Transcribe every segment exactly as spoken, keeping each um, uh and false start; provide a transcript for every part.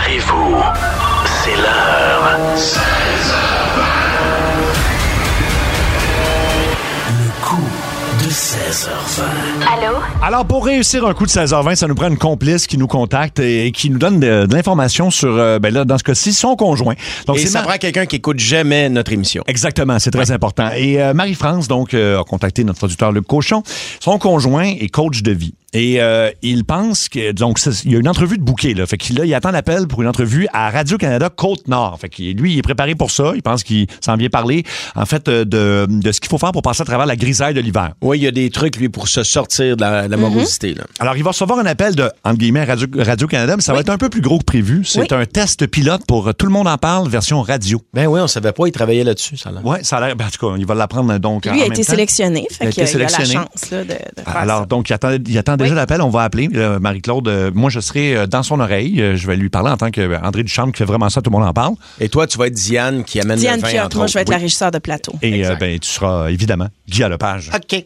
Préparez-vous, c'est l'heure. seize heures vingt. Le coup de seize heures vingt. Allô? Alors, pour réussir un coup de seize heures vingt, ça nous prend une complice qui nous contacte et, et qui nous donne de, de l'information sur, euh, ben là, dans ce cas-ci, son conjoint. Donc, et c'est ça Mar- prend quelqu'un qui écoute jamais notre émission. Exactement, c'est très important. Et euh, Marie-France, donc, euh, a contacté notre producteur Luc Cochon. Son conjoint est coach de vie. Et euh, il pense que, donc, ça, il y a une entrevue de bouquet, là. Fait qu'il là, il attend l'appel pour une entrevue à Radio-Canada Côte-Nord. Fait que lui, il est préparé pour ça. Il pense qu'il s'en vient parler, en fait, de, de ce qu'il faut faire pour passer à travers la grisaille de l'hiver. Oui, il y a des trucs, lui, pour se sortir de la, de la morosité, là. Alors, il va recevoir un appel de, entre guillemets, Radio- Radio-Canada, mais ça Oui. va être un peu plus gros que prévu. C'est Oui. un test pilote pour euh, Tout le monde en parle, version radio. Ben oui, on savait pas, il travaillait là-dessus, ça, là. Oui, ça a l'air. Ben, en tout cas, il va l'apprendre donc. Lui en a même été temps. sélectionné, Il a fait été qu'il a la sélectionné. chance là, de, de faire Alors, ça. donc, il attend, il attend déjà Oui. l'appel. On va appeler euh, Marie-Claude. Euh, moi, je serai euh, dans son oreille. Euh, je vais lui parler en tant qu'André Duchamp qui fait vraiment ça. Tout le monde en parle. Et toi, tu vas être Diane qui amène Diane le vin, Piot, entre moi je vais être autres. la régisseur de plateau. Et euh, Exact. ben, tu seras évidemment Guy à Lepage. OK.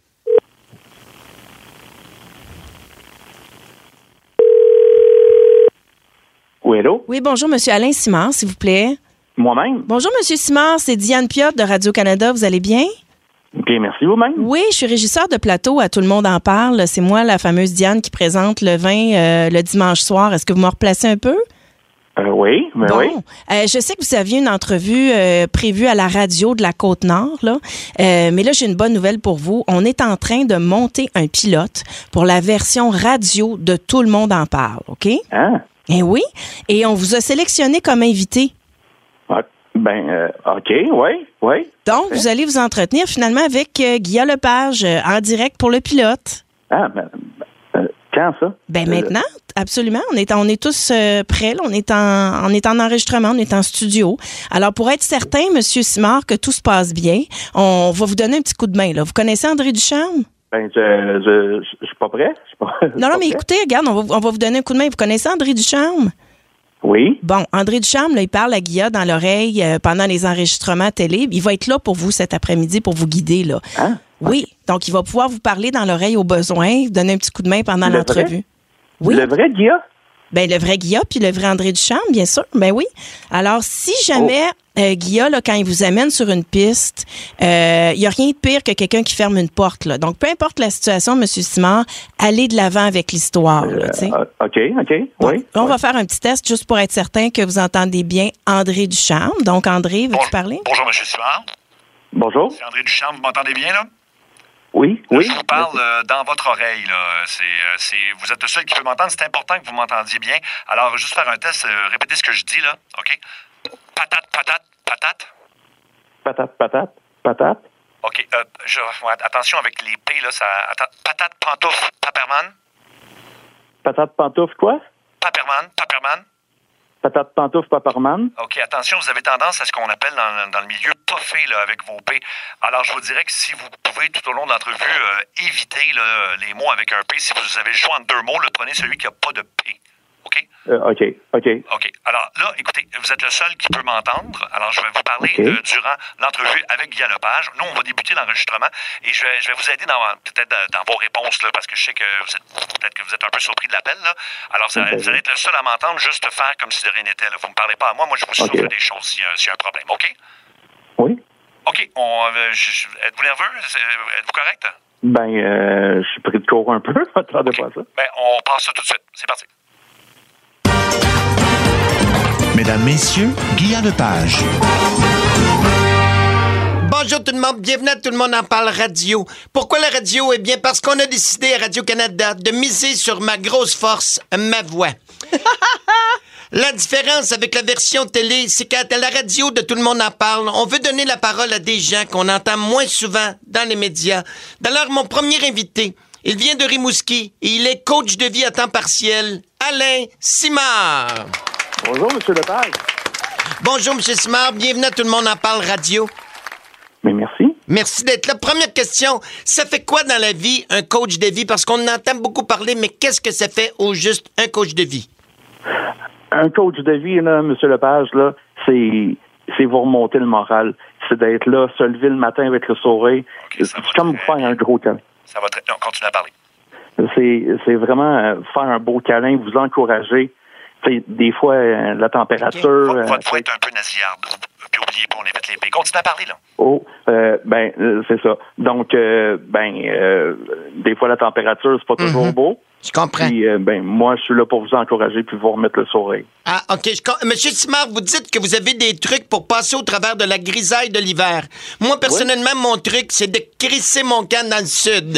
Oui, allô? Oui, bonjour, Monsieur Alain Simard, s'il vous plaît. Moi-même? Bonjour, Monsieur Simard, c'est Diane Piot de Radio-Canada. Vous allez bien? Bien, merci vous-même. Oui, je suis régisseur de plateau à Tout le monde en parle. C'est moi, la fameuse Diane, qui présente le vin euh, le dimanche soir. Est-ce que vous me replacez un peu? Euh, oui, ben Bon, oui. Euh, je sais que vous aviez une entrevue euh, prévue à la radio de la Côte-Nord, là. Euh, mais là, j'ai une bonne nouvelle pour vous. On est en train de monter un pilote pour la version radio de Tout le monde en parle, OK? Hein? Eh oui. Et on vous a sélectionné comme invité. Ah, ben, euh, OK, oui, oui. Donc, vous allez vous entretenir finalement avec euh, Guillaume Lepage euh, en direct pour le pilote. Ah, ben, ben, euh, quand ça? Ben Euh, maintenant, absolument. On est, on est tous euh, prêts. Là. On est en, on est en enregistrement, on est en studio. Alors, pour être certain, Monsieur Simard, que tout se passe bien, on va vous donner un petit coup de main. Là. Vous connaissez André Ducharme? Ben, je, je, je, je suis pas prêt. Je suis pas, je suis Non, non, pas mais prêt. écoutez, regarde, on va, on va vous donner un coup de main. Vous connaissez André Ducharme? Oui. Bon, André Ducharme, là, il parle à Guilla dans l'oreille euh, pendant les enregistrements télé. Il va être là pour vous cet après-midi pour vous guider, là. Hein? Oui. Donc, il va pouvoir vous parler dans l'oreille au besoin, vous donner un petit coup de main pendant Le l'entrevue. Oui. Le vrai Guilla? Ben, le vrai Guilla puis le vrai André Duchamp, bien sûr. Ben oui. Alors, si jamais euh, Guilla, là, quand il vous amène sur une piste, il n'y a rien de pire que quelqu'un qui ferme une porte. Là. Donc, peu importe la situation, M. Simard, allez de l'avant avec l'histoire. là, tu sais. Euh, OK, OK, Donc, oui. on oui. va faire un petit test juste pour être certain que vous entendez bien André Duchamp. Donc, André, veux-tu Bonjour- parler? Bonjour, M. Simard. Bonjour. C'est André Duchamp. Vous m'entendez bien, là? Oui, Là, oui. je vous parle euh, dans votre oreille, là. C'est, euh, c'est, vous êtes le seul qui peut m'entendre. C'est important que vous m'entendiez bien. Alors, juste faire un test. euh, répétez ce que je dis, là. OK? Patate, patate, patate. Patate, patate, patate. OK. Euh, je, ouais, attention avec les P, là. Ça, atta- patate, pantoufle, paperman. Patate, pantoufle, quoi? Paperman, paperman. Patate, pantoufle, paparman. OK, attention, vous avez tendance à ce qu'on appelle dans, dans le milieu puffer là, avec vos P. Alors, je vous dirais que si vous pouvez, tout au long de l'entrevue, euh, éviter là, les mots avec un P, si vous avez le choix entre deux mots, là, prenez celui qui n'a pas de P. OK? Euh, OK, OK. OK. Alors là, écoutez, vous êtes le seul qui peut m'entendre. Alors, je vais vous parler OK. euh, durant l'entrevue avec Guy Lepage. Nous, on va débuter l'enregistrement et je vais, je vais vous aider dans peut-être dans, dans vos réponses, là, parce que je sais que vous êtes peut-être que vous êtes un peu surpris de l'appel. Là. Alors, vous allez, vous allez être le seul à m'entendre, juste faire comme si de rien n'était. Là. Vous ne me parlez pas à moi, moi, je vous OK. souffle des choses s'il y, a- s'il y a un problème. OK? Oui. OK. On, euh, je- je- êtes-vous nerveux? C'est- Êtes-vous correct? Ben, euh, je suis pris de court un peu. Attendez pas à ça. Ben, on passe ça tout de suite. C'est parti. Mesdames, messieurs, Guy Lepage. Bonjour tout le monde, bienvenue à Tout le monde en parle radio. Pourquoi la radio? Eh bien, parce qu'on a décidé à Radio-Canada de miser sur ma grosse force, ma voix. La différence avec la version télé, c'est qu'à la radio de Tout le monde en parle, on veut donner la parole à des gens qu'on entend moins souvent dans les médias. D'ailleurs, mon premier invité, il vient de Rimouski et il est coach de vie à temps partiel, Alain Simard. Bonjour, M. Lepage. Bonjour, M. Simard, bienvenue à Tout le monde en parle radio. Mais merci. Merci d'être là. Première question, ça fait quoi dans la vie un coach de vie? Parce qu'on en entend beaucoup parler, mais qu'est-ce que ça fait au juste un coach de vie? Un coach de vie, là, M. Lepage, là, c'est, c'est vous remonter le moral. C'est d'être là, se lever le matin avec le sourire. OK, ça c'est va comme très faire bien. un gros câlin. Ça va très... Non, continue à parler. C'est, c'est vraiment euh, faire un beau câlin, vous encourager. t'sais, des fois, euh, la température... Okay. Votre euh, voix est un peu nasillarde. Puis oubliez pas, on évite les pays. Continue à parler, là. Oh, euh, ben, euh, c'est ça. Donc, euh, ben, euh, des fois, la température, c'est pas toujours Mm-hmm. beau. Je comprends. Puis, euh, ben, moi, je suis là pour vous encourager puis vous remettre le sourire. Ah, OK. Je com- Monsieur Simard, vous dites que vous avez des trucs pour passer au travers de la grisaille de l'hiver. Moi, personnellement, mon truc, c'est de crisser mon camp dans le sud.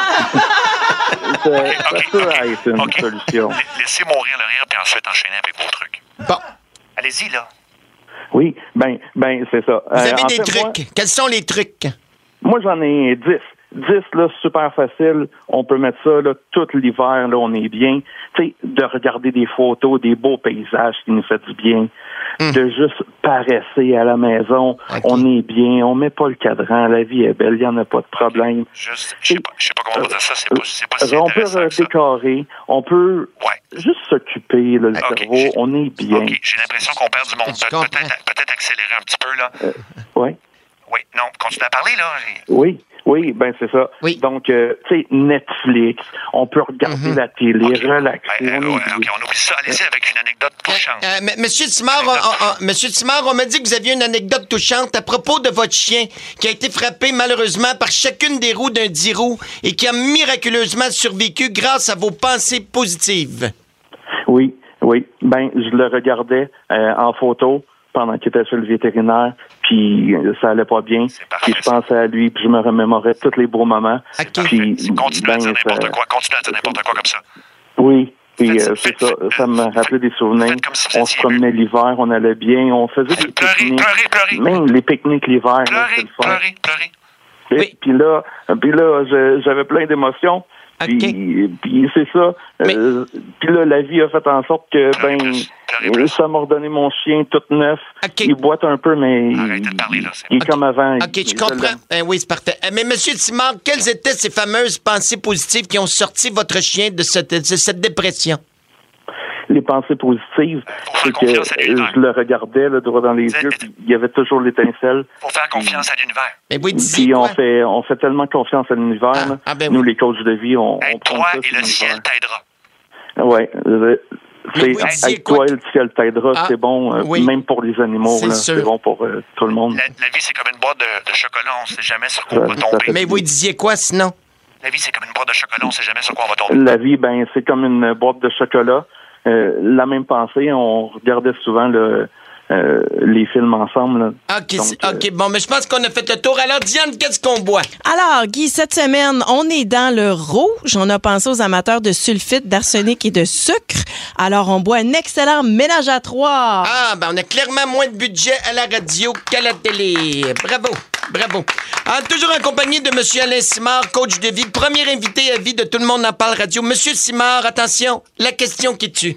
Ça, OK, ça OK, peut OK. être une OK. solution. La- Laissez mourir le rire, puis ensuite enchaîner avec vos trucs. Bon. Allez-y, là. Oui, ben, ben, c'est ça. Vous Euh, avez en des fait, trucs. Moi, Quels sont les trucs? moi, j'en ai dix. dix, là, super facile. On peut mettre ça, là, tout l'hiver, là, on est bien. Tu sais, de regarder des photos, des beaux paysages qui nous fait du bien. Mm. De juste paresser à la maison. Okay. On est bien, on met pas le cadran, la vie est belle, il n'y en a pas de problème. Juste, je sais pas, je sais pas comment on va dire ça, c'est pas, c'est pas si on peut intéressant que ça. décorer, on peut Ouais. juste s'occuper, là, le Ok, cerveau, j'ai- on est bien. OK, j'ai l'impression qu'on perd du monde. Je Pe- comprends. Peut-être, peut-être accélérer un petit peu, là. Oui, Oui, non, continue à parler, là. oui, oui, ben c'est ça. Oui. Donc, euh, tu sais, Netflix, on peut regarder Mhm. la télé, OK. relaxer, Ouais, euh, on est ouais, bien. OK, on oublie ça. Allez-y avec une anecdote touchante. Euh, m- Monsieur Simard, on, on- on- Monsieur Simard, on m'a dit que vous aviez une anecdote touchante à propos de votre chien qui a été frappé malheureusement par chacune des roues d'un dix roues et qui a miraculeusement survécu grâce à vos pensées positives. Oui, oui. Ben, je le regardais euh, en photo pendant qu'il était chez le vétérinaire, puis euh, ça allait pas bien. C'est parfait, Puis je pensais à lui, puis je me remémorais tous les beaux moments. OK. Puis, Continue à ben, dire n'importe ça- quoi. Continue à dire n'importe quoi comme ça. Oui, puis Faites- euh, faites- c'est ça. faites- Ça me rappelait des souvenirs. faites comme si vous On se étiez promenait l'hiver, on allait bien, on faisait des Pleurez, pique-niques. pleurez, pleurez. Même les pique-niques l'hiver, là, c'est Pleurez, le fun. pleurez, pleurez. Et Oui. Puis là, puis là, je- j'avais plein d'émotions. Puis, OK. puis c'est ça. Mais- Euh, puis là, la vie a fait en sorte que, Pleurez ben, plus, pleurez euh, plus. ça m'a redonné mon chien tout neuf. OK. Il boite un peu, mais Arrêtez de il, parler, là, c'est il est bon. comme avant. OK, Il- je je comprends. l'aime. Ben oui, c'est parfait. Euh, Mais Monsieur Simard, quelles étaient ces fameuses pensées positives qui ont sorti votre chien de cette, de cette dépression? Les pensées positives, Faut faire c'est que confiance à l'univers. euh, je le regardais là, droit dans les C'est- yeux, puis il y avait toujours l'étincelle. Faut faire confiance à l'univers. Mais oui, disiez Puis on quoi? fait, on fait tellement confiance à l'univers. Ah, là. ah, ben Nous, oui. les coachs de vie, on, on prend Aide-toi ça et sur le ciel l'univers. t'aidera. Ouais, euh, Mais c'est vous disiez avec toi quoi? et le ciel t'aidera, Ah, c'est bon, euh, oui. même pour les animaux, C'est là, sûr. c'est bon pour euh, tout le monde. La, la vie, c'est comme une boîte de, de chocolat. On sait jamais sur quoi Ça- on va ça tomber. fait- Mais vous disiez quoi sinon? La vie, c'est comme une boîte de chocolat. On sait jamais sur quoi on va tomber. La vie, ben, c'est comme une boîte de chocolat. Euh, la même pensée, on regardait souvent le, euh, les films ensemble. Là. OK, Donc, c'est- OK, bon, mais je pense qu'on a fait le tour. Alors, Diane, qu'est-ce qu'on boit? Alors, Guy, cette semaine, on est dans le rouge. On a pensé aux amateurs de sulfite, d'arsenic et de sucre. Alors, on boit un excellent ménage à trois. Ah, ben, on a clairement moins de budget à la radio qu'à la télé. Bravo, bravo. Ah, toujours en compagnie de M. Alain Simard, coach de vie, premier invité à vie de Tout le monde en parle radio. Monsieur Simard, attention, la question qui tue.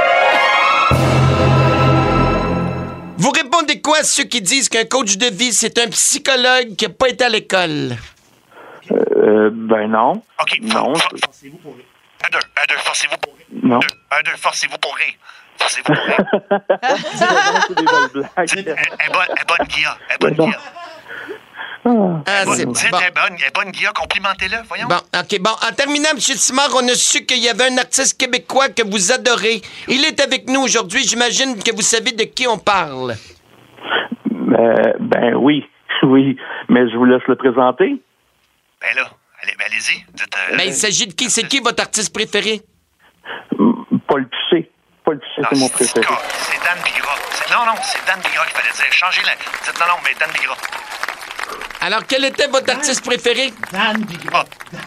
Vous répondez quoi à ceux qui disent qu'un coach de vie, c'est un psychologue qui n'a pas été à l'école? euh, ben non. OK, Non. for- for- forcez-vous pour rire. Un, deux, un, deux, forcez-vous pour rire. Non. Deux, un, deux, forcez-vous pour rire. Forcez-vous pour rire. C'est des belles blagues. Elle est bonne, elle est bonne, Guilla. Elle est bonne, Non. Guilla. Ah, Elle est c'est bonne. Dites, bon. elle est bonne, elle est bonne, Guilla. Complimentez-le, voyons. Bon, OK, bon. En terminant, M. Simard, on a su qu'il y avait un artiste québécois que vous adorez. Il est avec nous aujourd'hui. J'imagine que vous savez de qui on parle. Euh, ben oui, oui. Mais je vous laisse le présenter. Ben là, allez, ben allez-y. Dites, euh, Ben, il s'agit de qui? C'est qui votre artiste préféré? Paul Piché. Paul Piché, non, c'est mon c'est- préféré. C'est Dan Bigra. C'est- Non, non, c'est Dan Bigra qu'il fallait dire. Changez-le. Dites non, non, mais Dan Bigra. Alors, quel était votre artiste préféré? Dan Bigra.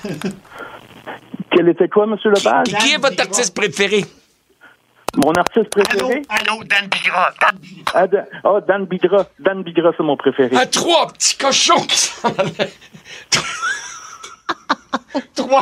Quel était quoi, M. Lepage? Qui est votre artiste préféré? Mon artiste Allô, préféré? Allô, Dan Bigra. Dan... Ah, Dan, ah, Dan Bigra. Dan Bigra, c'est mon préféré. À trois petits cochons qui s'en allaient. Trois.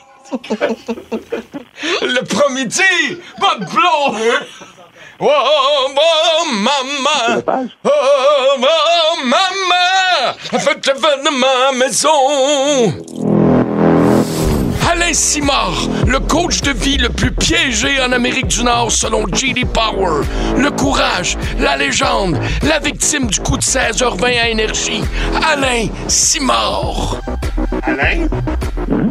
Le premier dit, pas de blond. Oh, oh, maman. Lepage? Oh, oh, maman. Faites le vin de ma maison. Alain Simard, le coach de vie le plus piégé en Amérique du Nord selon J D Power. Le courage, la légende, la victime du coup de seize heures vingt à Énergie. Alain Simard. Alain?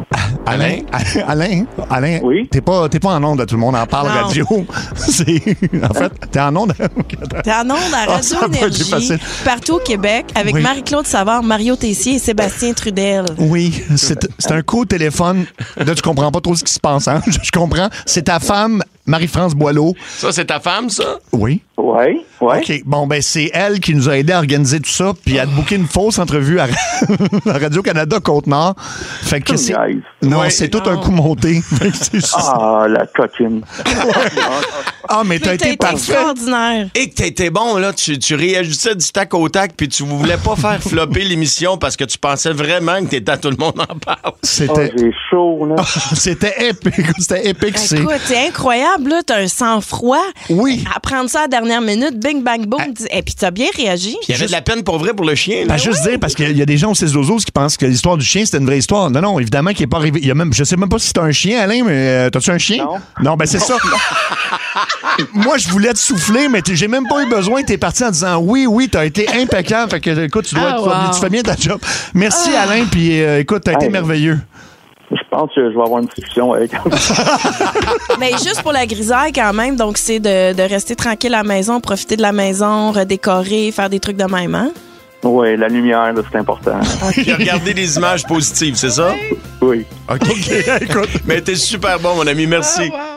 Alain, Alain, Alain, Oui? t'es pas, t'es pas en onde, tout le monde en parle Non. radio. C'est, en fait, t'es en onde. T'es en onde à Ah, ça a Radio pas été Énergie, facile. partout au Québec, avec Oui. Marie-Claude Savard, Mario Tessier et Sébastien Trudel. Oui, c'est, c'est un coup de téléphone. Là, tu comprends pas trop ce qui se passe, hein? Je comprends. C'est ta femme, Marie-France Boileau. Ça, c'est ta femme, ça? Oui. Oui, oui. OK. Bon, ben, c'est elle qui nous a aidé à organiser tout ça, puis à booker une fausse entrevue à, à Radio-Canada Côte-Nord. Fait que c'est. Nice. Non, Ouais. c'est tout un coup monté. Fait que c'est- Ah, la coquine. Ah, mais t'as Mais t'as été été parfait. extraordinaire. Et que t'étais bon, là. Tu, tu réagissais du tac au tac, puis tu voulais pas faire flopper l'émission parce que tu pensais vraiment que t'étais à tout le monde en parle. Oh, C'était. j'ai chaud, là. C'était épique. C'était épique. C'est. Écoute, c'est incroyable, là. T'as un sang-froid. Oui. Apprendre ça à la dernière minute, bing, bang, boom. Et puis t'as bien réagi. Il y avait de la peine pour vrai pour le chien, là. Ben, juste dire, parce qu'il y a des gens au six douze qui pensent que l'histoire du chien, c'était une vraie histoire. Non, non, évidemment qu'il n'est pas arrivé. Il y a même, je sais même pas si t'as un chien, Alain, mais euh, t'as-tu un chien? Non. Non, ben c'est ça. Moi, je voulais te souffler, mais t'es- j'ai même pas eu besoin. T'es parti en disant oui, oui, t'as été impeccable. Fait que, écoute, tu, dois, Ah, tu dois- wow. tu fais bien ta job. Merci, Alain, puis euh, écoute, t'as été Hey. merveilleux. Je pense que je vais avoir une discussion avec elle. Mais juste pour la grisaille, quand même, donc c'est de, de rester tranquille à la maison, profiter de la maison, redécorer, faire des trucs de même, hein? Oui, la lumière, là, c'est important. Puis regarder des images positives, c'est ça? Oui. OK. Écoute. Mais t'es super bon, mon ami. Merci. Ah, wow.